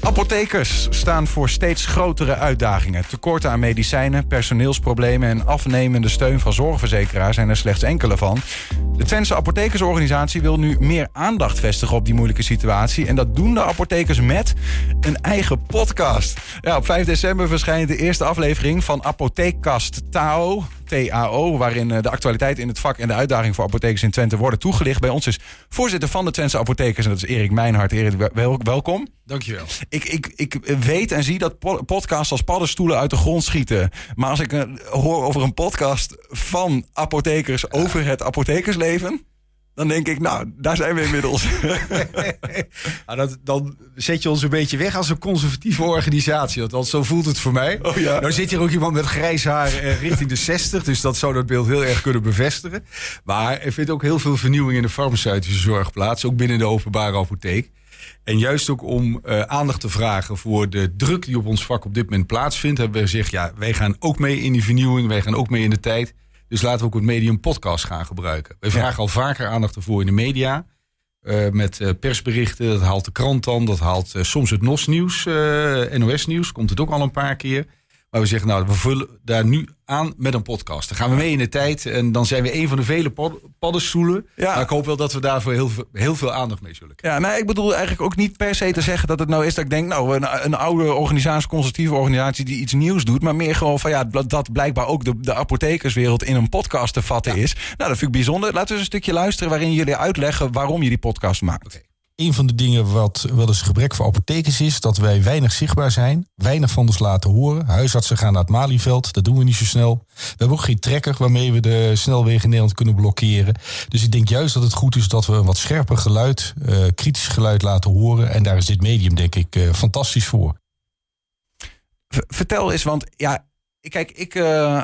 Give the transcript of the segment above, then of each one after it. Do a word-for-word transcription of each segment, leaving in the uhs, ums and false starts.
Apothekers staan voor steeds grotere uitdagingen. Tekorten aan medicijnen, personeelsproblemen en afnemende steun van zorgverzekeraars zijn er slechts enkele van. De Twentse Apothekersorganisatie wil nu meer aandacht vestigen op die moeilijke situatie. En dat doen de apothekers met een eigen podcast. Ja, op vijf december verschijnt de eerste aflevering van Apotheekkast T A O. T A O, waarin de actualiteit in het vak en de uitdaging voor apothekers in Twente worden toegelicht. Bij ons is voorzitter van de Twentse Apothekers en dat is Erik Mijnhart. Erik, wel, welkom. Dankjewel. Ik, ik, ik weet en zie dat podcasts als paddenstoelen uit de grond schieten. Maar als ik een, hoor over een podcast van apothekers ja. over het apothekersleven, dan denk ik, nou, daar zijn we inmiddels. nou, dat, dan zet je ons een beetje weg als een conservatieve organisatie. Want zo voelt het voor mij. Oh ja. Nou zit hier ook iemand met grijs haar eh, richting de zestig. Dus dat zou dat beeld heel erg kunnen bevestigen. Maar er vindt ook heel veel vernieuwing in de farmaceutische zorg plaats. Ook binnen de openbare apotheek. En juist ook om uh, aandacht te vragen voor de druk die op ons vak op dit moment plaatsvindt, hebben we gezegd, ja, wij gaan ook mee in die vernieuwing. Wij gaan ook mee in de tijd. Dus laten we ook het medium podcast gaan gebruiken. We vragen ja. al vaker aandacht ervoor in de media. Uh, met uh, persberichten, dat haalt de krant dan. Dat haalt uh, soms het N O S-nieuws, uh, N O S-nieuws. Komt het ook al een paar keer. Maar we zeggen, nou, we vullen daar nu aan met een podcast. Dan gaan we mee in de tijd. En dan zijn we een van de vele pod- paddenstoelen. Ja. Maar ik hoop wel dat we daarvoor heel, heel veel aandacht mee zullen krijgen. Ja, nou, ik bedoel eigenlijk ook niet per se te zeggen dat het nou is dat ik denk, nou, een, een oude organisatie, conservatieve organisatie die iets nieuws doet. Maar meer gewoon van, ja, dat blijkbaar ook de, de apothekerswereld in een podcast te vatten ja. is. Nou, dat vind ik bijzonder. Laten we eens een stukje luisteren waarin jullie uitleggen waarom je die podcast maakt. Okay. Een van de dingen wat wel eens een gebrek voor apothekers is, dat wij weinig zichtbaar zijn, weinig van ons laten horen. Huisartsen gaan naar het Malieveld, dat doen we niet zo snel. We hebben ook geen trekker waarmee we de snelwegen in Nederland kunnen blokkeren. Dus ik denk juist dat het goed is dat we een wat scherper geluid, uh, kritisch geluid laten horen. En daar is dit medium denk ik uh, fantastisch voor. V- vertel eens, want ja, kijk, ik... Uh...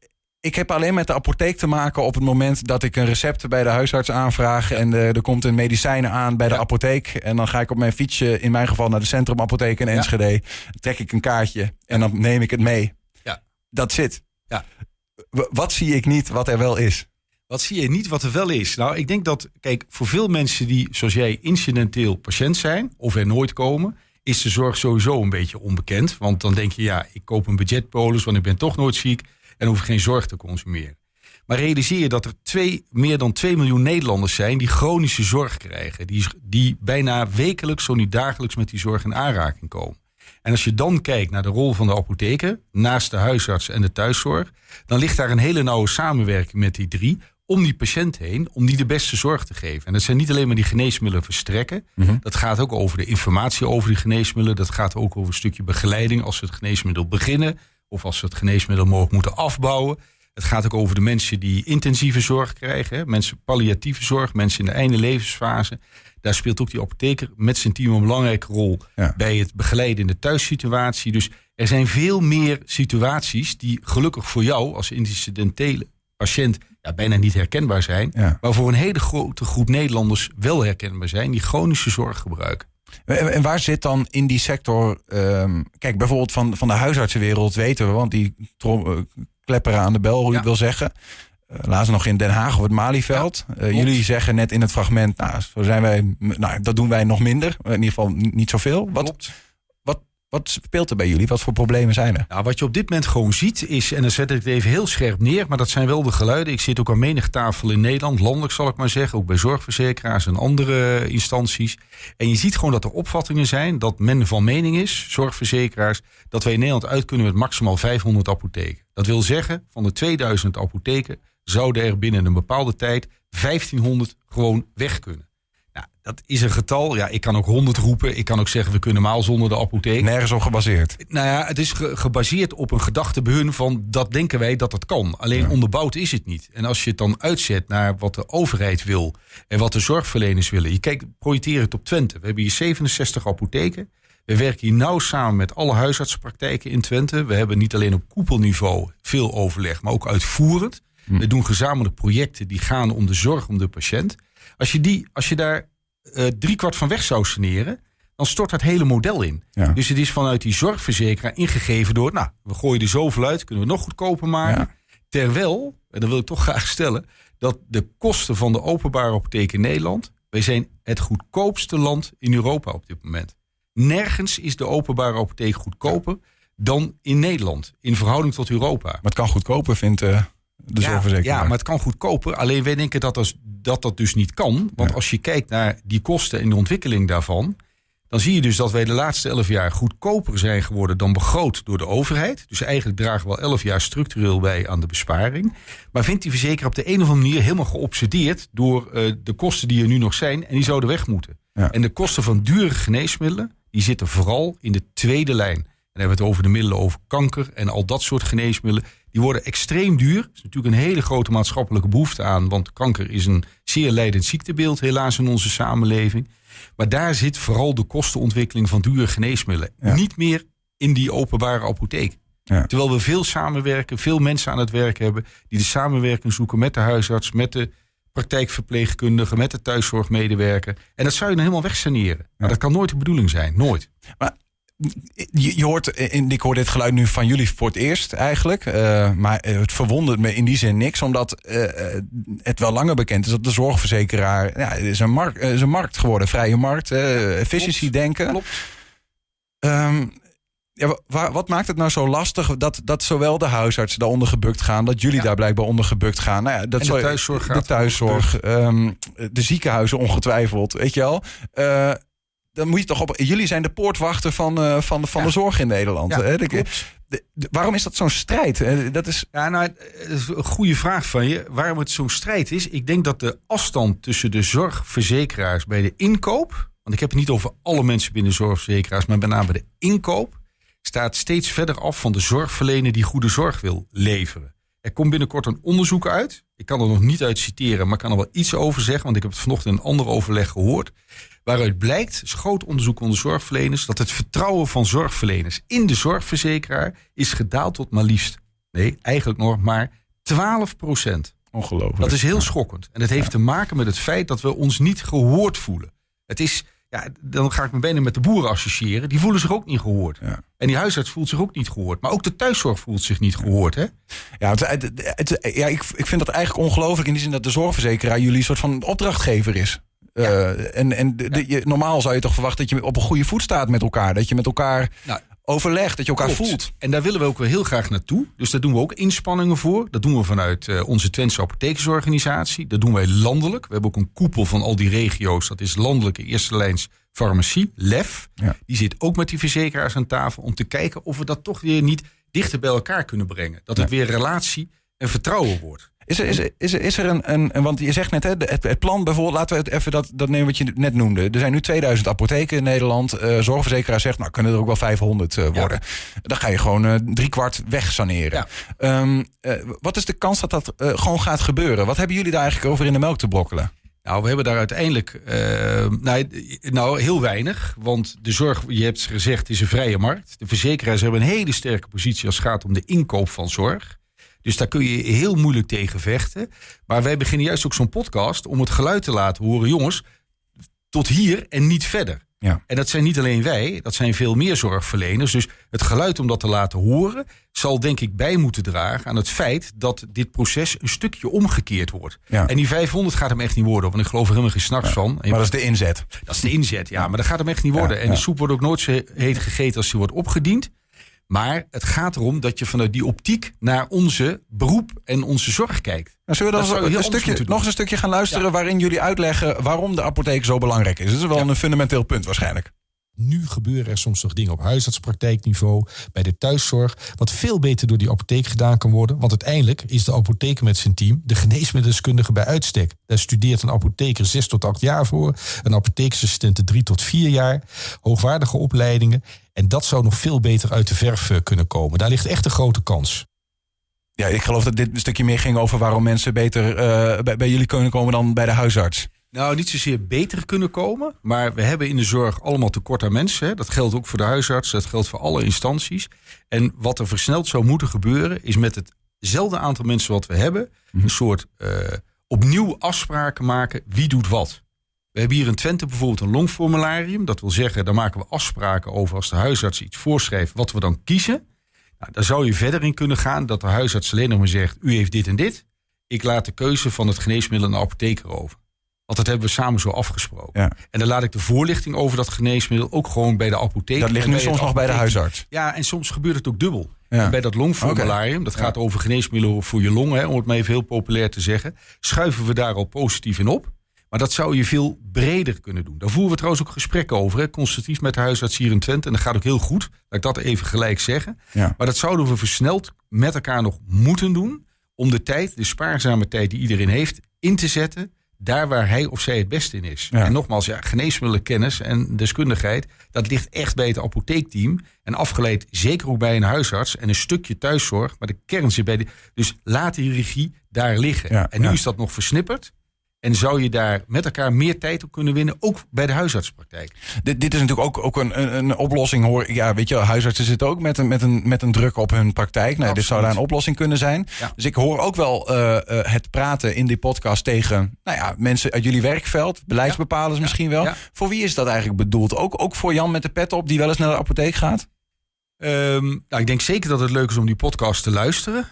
Ik heb alleen met de apotheek te maken op het moment dat ik een recept bij de huisarts aanvraag. En de, er komt een medicijnen aan bij de ja. apotheek. En dan ga ik op mijn fietsje, in mijn geval naar de centrumapotheek in Enschede. Ja. Trek ik een kaartje en dan neem ik het mee. Ja. Dat zit. Ja. W- wat zie ik niet wat er wel is? Wat zie je niet wat er wel is? Nou, ik denk dat, kijk, voor veel mensen die, zoals jij, incidenteel patiënt zijn of er nooit komen, is de zorg sowieso een beetje onbekend. Want dan denk je, ja, ik koop een budgetpolis, want ik ben toch nooit ziek. En hoef geen zorg te consumeren. Maar realiseer je dat er twee, meer dan twee miljoen Nederlanders zijn die chronische zorg krijgen. Die, die bijna wekelijks, zo niet dagelijks met die zorg in aanraking komen. En als je dan kijkt naar de rol van de apotheker, naast de huisarts en de thuiszorg, dan ligt daar een hele nauwe samenwerking met die drie om die patiënt heen, om die de beste zorg te geven. En dat zijn niet alleen maar die geneesmiddelen verstrekken. Mm-hmm. Dat gaat ook over de informatie over die geneesmiddelen. Dat gaat ook over een stukje begeleiding als ze het geneesmiddel beginnen. Of als ze het geneesmiddel mogelijk moeten afbouwen. Het gaat ook over de mensen die intensieve zorg krijgen. Hè? Mensen palliatieve zorg, mensen in de einde levensfase. Daar speelt ook die apotheker met zijn team een belangrijke rol. Ja. Bij het begeleiden in de thuissituatie. Dus er zijn veel meer situaties die gelukkig voor jou als incidentele patiënt ja, bijna niet herkenbaar zijn. Ja. Maar voor een hele grote groep Nederlanders wel herkenbaar zijn. Die chronische zorg gebruiken. En waar zit dan in die sector... Um, kijk, bijvoorbeeld van, van de huisartsenwereld weten we, want die trom, uh, klepperen aan de bel, hoe ja. je het wil zeggen. Uh, laatst nog in Den Haag of het Malieveld. Ja, uh, jullie zeggen net in het fragment, nou, zo zijn wij, nou, dat doen wij nog minder. In ieder geval niet zoveel. Wat, wat, wat speelt er bij jullie? Wat voor problemen zijn er? Nou, wat je op dit moment gewoon ziet is, en dan zet ik het even heel scherp neer, maar dat zijn wel de geluiden. Ik zit ook aan menig tafel in Nederland, landelijk zal ik maar zeggen, ook bij zorgverzekeraars en andere instanties. En je ziet gewoon dat er opvattingen zijn dat men van mening is, zorgverzekeraars, dat wij in Nederland uit kunnen met maximaal vijfhonderd apotheken. Dat wil zeggen, van de tweeduizend apotheken zouden er binnen een bepaalde tijd vijftienhonderd gewoon weg kunnen. Nou, dat is een getal. Ja, ik kan ook honderd roepen. Ik kan ook zeggen, we kunnen maal zonder de apotheek. Nergens op gebaseerd. Nou ja, het is ge- gebaseerd op een gedachte bij hun van, dat denken wij dat het kan. Alleen ja. onderbouwd is het niet. En als je het dan uitzet naar wat de overheid wil en wat de zorgverleners willen. Je kijkt, projecteer het op Twente. We hebben hier zevenenzestig apotheken. We werken hier nauw samen met alle huisartsenpraktijken in Twente. We hebben niet alleen op koepelniveau veel overleg, maar ook uitvoerend. Hm. We doen gezamenlijk projecten die gaan om de zorg om de patiënt. Als je, die, als je daar uh, driekwart van weg zou saneren, dan stort dat hele model in. Ja. Dus het is vanuit die zorgverzekeraar ingegeven door, nou, we gooien er zoveel uit, kunnen we nog goedkoper maken. Ja. Terwijl, en dat wil ik toch graag stellen, dat de kosten van de openbare apotheek in Nederland, wij zijn het goedkoopste land in Europa op dit moment. Nergens is de openbare apotheek goedkoper dan in Nederland. In verhouding tot Europa. Maar het kan goedkoper, vindt uh, de ja, zorgverzekeraar. Ja, maar het kan goedkoper. Alleen wij denken dat dat, dat, dat dus niet kan. Want ja. als je kijkt naar die kosten en de ontwikkeling daarvan, dan zie je dus dat wij de laatste elf jaar goedkoper zijn geworden dan begroot door de overheid. Dus eigenlijk dragen we al elf jaar structureel bij aan de besparing. Maar vindt die verzekeraar op de een of andere manier helemaal geobsedeerd door uh, de kosten die er nu nog zijn en die zouden weg moeten. Ja. En de kosten van dure geneesmiddelen, die zitten vooral in de tweede lijn. En dan hebben we het over de middelen over kanker en al dat soort geneesmiddelen. Die worden extreem duur. Er is natuurlijk een hele grote maatschappelijke behoefte aan. Want kanker is een zeer lijdend ziektebeeld helaas in onze samenleving. Maar daar zit vooral de kostenontwikkeling van dure geneesmiddelen. Ja. Niet meer in die openbare apotheek. Ja. Terwijl we veel samenwerken, veel mensen aan het werk hebben die de samenwerking zoeken met de huisarts, met de praktijkverpleegkundige, met de thuiszorgmedewerker. En dat zou je dan helemaal wegsaneren. Ja. Maar dat kan nooit de bedoeling zijn. Nooit. Maar je, je hoort, ik hoor dit geluid nu van jullie voor het eerst eigenlijk. Uh, maar het verwondert me in die zin niks. Omdat uh, het wel langer bekend is dat de zorgverzekeraar, ja, het is een markt, is een markt geworden. Vrije markt, uh, efficiëntie denken. Klopt. Um, ja, wa, wat maakt het nou zo lastig dat, dat zowel de huisartsen daar onder gebukt gaan, dat jullie ja. daar blijkbaar onder gebukt gaan? Nou ja, dat en de thuiszorg, de, thuiszorg um, de ziekenhuizen ongetwijfeld, weet je wel. Uh, dan moet je toch op. Jullie zijn de poortwachter van, uh, van, van ja. de zorg in Nederland. Ja, hè? De, de, de, waarom is dat zo'n strijd? Dat is... Ja, nou, dat is een goede vraag van je. Waarom het zo'n strijd is? Ik denk dat de afstand tussen de zorgverzekeraars bij de inkoop, want ik heb het niet over alle mensen binnen zorgverzekeraars, maar met name bij de inkoop, staat steeds verder af van de zorgverlener die goede zorg wil leveren. Er komt binnenkort een onderzoek uit. Ik kan er nog niet uit citeren, maar ik kan er wel iets over zeggen, want ik heb het vanochtend in een ander overleg gehoord. Waaruit blijkt, is groot onderzoek onder zorgverleners, dat het vertrouwen van zorgverleners in de zorgverzekeraar is gedaald tot maar liefst, nee, eigenlijk nog maar twaalf procent. Ongelooflijk. Dat is heel ja. schokkend. En dat heeft ja. te maken met het feit dat we ons niet gehoord voelen. Het is, ja, dan ga ik me bijna met de boeren associëren. Die voelen zich ook niet gehoord. Ja. En die huisarts voelt zich ook niet gehoord. Maar ook de thuiszorg voelt zich niet gehoord. Hè? Ja, het, het, het, ja ik, ik vind dat eigenlijk ongelooflijk in die zin dat de zorgverzekeraar jullie een soort van opdrachtgever is. Ja. Uh, en en de, de, je, normaal zou je toch verwachten dat je op een goede voet staat met elkaar. Dat je met elkaar nou, overlegt, dat je elkaar klopt. voelt. En daar willen we ook wel heel graag naartoe. Dus daar doen we ook inspanningen voor. Dat doen we vanuit uh, onze Twentse apothekersorganisatie. Dat doen wij landelijk. We hebben ook een koepel van al die regio's. Dat is landelijke eerste lijns farmacie, L E F. Ja. Die zit ook met die verzekeraars aan tafel om te kijken of we dat toch weer niet dichter bij elkaar kunnen brengen. Dat het ja. weer relatie en vertrouwen wordt. Is er, is er, is er, is er een, een, want je zegt net, hè, het, het plan bijvoorbeeld, laten we het even dat, dat nemen wat je net noemde. Er zijn nu tweeduizend apotheken in Nederland. Uh, zorgverzekeraar zegt, nou kunnen er ook wel vijfhonderd uh, worden. Ja. Dan ga je gewoon uh, drie kwart weg saneren. Ja. Um, uh, wat is de kans dat dat uh, gewoon gaat gebeuren? Wat hebben jullie daar eigenlijk over in de melk te brokkelen? Nou, we hebben daar uiteindelijk uh, nou, nou heel weinig. Want de zorg, je hebt gezegd, is een vrije markt. De verzekeraars hebben een hele sterke positie als het gaat om de inkoop van zorg. Dus daar kun je heel moeilijk tegen vechten. Maar wij beginnen juist ook zo'n podcast om het geluid te laten horen. Jongens, tot hier en niet verder. Ja. En dat zijn niet alleen wij, dat zijn veel meer zorgverleners. Dus het geluid om dat te laten horen zal denk ik bij moeten dragen aan het feit dat dit proces een stukje omgekeerd wordt. Ja. En die vijfhonderd gaat hem echt niet worden, want ik geloof er helemaal geen snaks ja. van. Maar dat is de inzet. Dat is de inzet, ja. Maar dat gaat hem echt niet worden. Ja. En de soep wordt ook nooit zo heet gegeten als die wordt opgediend. Maar het gaat erom dat je vanuit die optiek naar onze beroep en onze zorg kijkt. Nou, zullen we dan dat een, een stukje, nog eens een stukje gaan luisteren ja. waarin jullie uitleggen waarom de apotheek zo belangrijk is? Dat is wel ja. een fundamenteel punt waarschijnlijk. Nu gebeuren er soms nog dingen op huisartspraktijkniveau, bij de thuiszorg, wat veel beter door die apotheek gedaan kan worden. Want uiteindelijk is de apotheker met zijn team de geneesmiddeldeskundige bij uitstek. Daar studeert een apotheker zes tot acht jaar voor, een apotheeksassistent drie tot vier jaar, hoogwaardige opleidingen. En dat zou nog veel beter uit de verf kunnen komen. Daar ligt echt een grote kans. Ja, ik geloof dat dit een stukje meer ging over waarom mensen beter uh, bij, bij jullie kunnen komen dan bij de huisarts. Nou, niet zozeer beter kunnen komen, maar we hebben in de zorg allemaal tekort aan mensen. Hè. Dat geldt ook voor de huisarts, dat geldt voor alle instanties. En wat er versneld zou moeten gebeuren, is met hetzelfde aantal mensen wat we hebben, een soort uh, opnieuw afspraken maken, wie doet wat. We hebben hier in Twente bijvoorbeeld een longformularium. Dat wil zeggen, daar maken we afspraken over als de huisarts iets voorschrijft, wat we dan kiezen. Nou, daar zou je verder in kunnen gaan dat de huisarts alleen nog maar zegt, u heeft dit en dit. Ik laat de keuze van het geneesmiddel aan de apotheker over. Want dat hebben we samen zo afgesproken. Ja. En dan laat ik de voorlichting over dat geneesmiddel ook gewoon bij de apotheek. Dat ligt nu soms nog bij de huisarts. Ja, en soms gebeurt het ook dubbel. Ja. En bij dat longformularium, okay. dat gaat ja. over geneesmiddelen voor je longen, hè, om het maar even heel populair te zeggen, schuiven we daar al positief in op. Maar dat zou je veel breder kunnen doen. Daar voeren we trouwens ook gesprekken over. Hè, consultatief met de huisarts hier in Twente. En dat gaat ook heel goed. Laat ik dat even gelijk zeggen. Ja. Maar dat zouden we versneld met elkaar nog moeten doen. Om de tijd, de spaarzame tijd die iedereen heeft, in te zetten daar waar hij of zij het beste in is. Ja. En nogmaals, ja, geneesmiddelenkennis en deskundigheid, dat ligt echt bij het apotheekteam. En afgeleid zeker ook bij een huisarts en een stukje thuiszorg. Maar de kern zit bij de. Dus laat die regie daar liggen. Ja, en nu ja. is dat nog versnipperd. En zou je daar met elkaar meer tijd op kunnen winnen, ook bij de huisartspraktijk? Dit, dit is natuurlijk ook, ook een, een, een oplossing. Hoor. Ja, weet je, huisartsen zitten ook met een, met een, met een druk op hun praktijk. Nou, dit zou daar een oplossing kunnen zijn. Ja. Dus ik hoor ook wel uh, uh, het praten in die podcast tegen nou ja, mensen uit jullie werkveld, beleidsbepalers ja. misschien wel. Ja. Voor wie is dat eigenlijk bedoeld? Ook, ook voor Jan met de pet op die wel eens naar de apotheek gaat? Um, nou, ik denk zeker dat het leuk is om die podcast te luisteren.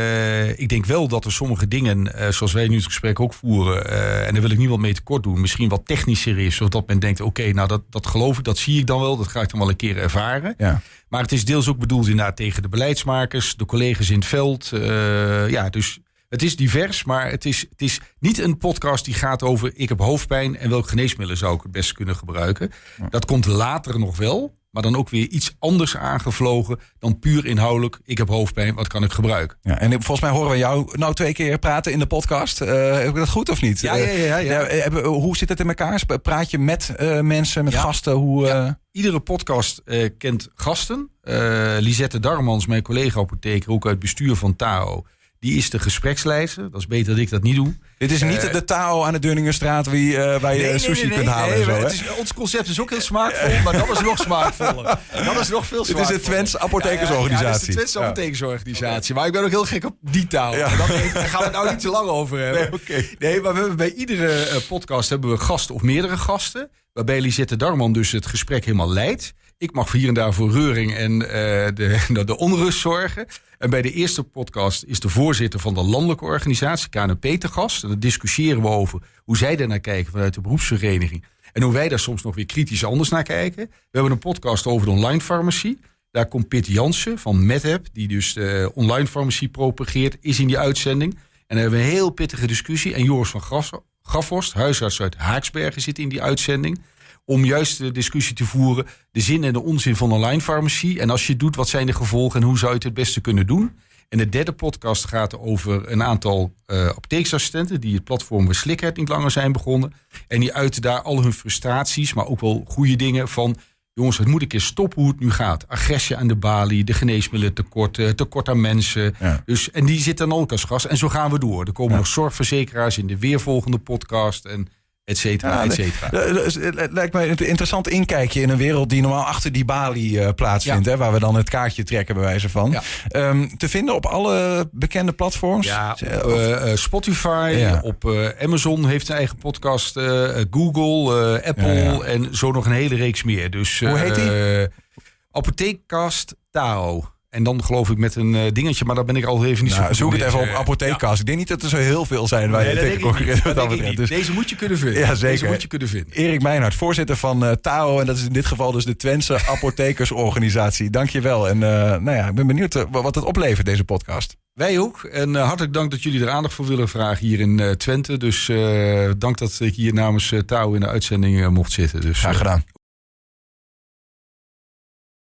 Uh, ik denk wel dat er sommige dingen, uh, zoals wij nu het gesprek ook voeren, uh, en daar wil ik niet wat mee tekort doen, misschien wat technischer is, zodat men denkt, oké, okay, nou dat, dat geloof ik, dat zie ik dan wel, dat ga ik dan wel een keer ervaren. Ja. Maar het is deels ook bedoeld inderdaad tegen de beleidsmakers, de collega's in het veld. Uh, ja, dus het is divers, maar het is, het is niet een podcast die gaat over ik heb hoofdpijn en welke geneesmiddelen zou ik het best kunnen gebruiken. Ja. Dat komt later nog wel. Maar dan ook weer iets anders aangevlogen dan puur inhoudelijk. Ik heb hoofdpijn, wat kan ik gebruiken? Ja, en volgens mij horen we jou nou twee keer praten in de podcast. Uh, heb ik dat goed of niet? Ja, ja, ja. ja. ja uh, hoe zit het in elkaar? Praat je met uh, mensen, met ja. gasten? Hoe, uh... ja. Iedere podcast uh, kent gasten. Uh, Lisette Darmans, mijn collega-apotheker, ook uit het bestuur van T A O. Die is de gesprekslijster. Dat is beter dat ik dat niet doe. Dit is niet uh, de T A O aan de Deurningenstraat wie, uh, waar je nee, sushi nee, nee, kunt halen. Nee, nee, zo, het is, ons concept is ook heel smaakvol, maar dat is nog smaakvoller. Dat is nog veel smaakvoller. Dit is de Twents Apothekersorganisatie. Ja, ja, ja, dit is de Twents Apothekersorganisatie. Ja. Maar ik ben ook heel gek op die taal. Ja. Daar gaan we het nou niet te lang over hebben. Nee, okay. nee, maar we hebben bij iedere uh, podcast hebben we gasten of meerdere gasten. Waarbij Lisette Darman dus het gesprek helemaal leidt. Ik mag hier en daar voor reuring en uh, de, de onrust zorgen. En bij de eerste podcast is de voorzitter van de landelijke organisatie, K N P, te gast. En dan discussiëren we over hoe zij daar naar kijken vanuit de beroepsvereniging. En hoe wij daar soms nog weer kritisch anders naar kijken. We hebben een podcast over de online farmacie. Daar komt Piet Jansen van MedApp, die dus de online farmacie propageert, is in die uitzending. En dan hebben we een heel pittige discussie. En Joris van Grafhorst, huisarts uit Haaksbergen, zit in die uitzending. Om juist de discussie te voeren, de zin en de onzin van online farmacie. En als je het doet, wat zijn de gevolgen en hoe zou je het het beste kunnen doen? En de derde podcast gaat over een aantal uh, apotheeksassistenten die het platform bij Slikheid niet langer zijn begonnen. En die uiten daar al hun frustraties, maar ook wel goede dingen van, jongens, het moet een keer stoppen hoe het nu gaat. Agressie aan de balie, de geneesmiddelen tekort, uh, tekort aan mensen. Ja. Dus, en die zitten dan ook als gast. En zo gaan we door. Er komen ja. nog zorgverzekeraars in de weervolgende podcast en et cetera, ja, et cetera. Het lijkt mij een interessant inkijkje in een wereld die normaal achter die balie uh, plaatsvindt. Ja. Hè, waar we dan het kaartje trekken bij wijze van. Ja. Um, te vinden op alle bekende platforms. Ja, op uh, uh, Spotify, ja. op uh, Amazon heeft zijn eigen podcast. Uh, Google, uh, Apple ja, ja. en zo nog een hele reeks meer. Dus, Hoe heet die? Uh, Apotheekcast T A O. En dan geloof ik met een uh, dingetje, maar daar ben ik al even niet nou, zo. Zoek het even op Apotheekcast. Ja. Ik denk niet dat er zo heel veel zijn waar nee, je tegen concurreert. Dus deze moet je kunnen vinden. Ja, zeker. Deze moet je kunnen vinden. Erik Meinhard, voorzitter van uh, T A O. En dat is in dit geval dus de Twentse Apothekersorganisatie. Dank je wel. En uh, nou ja, ik ben benieuwd uh, wat het oplevert, deze podcast. Wij ook. En uh, hartelijk dank dat jullie er aandacht voor willen vragen hier in uh, Twente. Dus uh, dank dat ik hier namens uh, T A O in de uitzending uh, mocht zitten. Dus, Graag gedaan. Uh,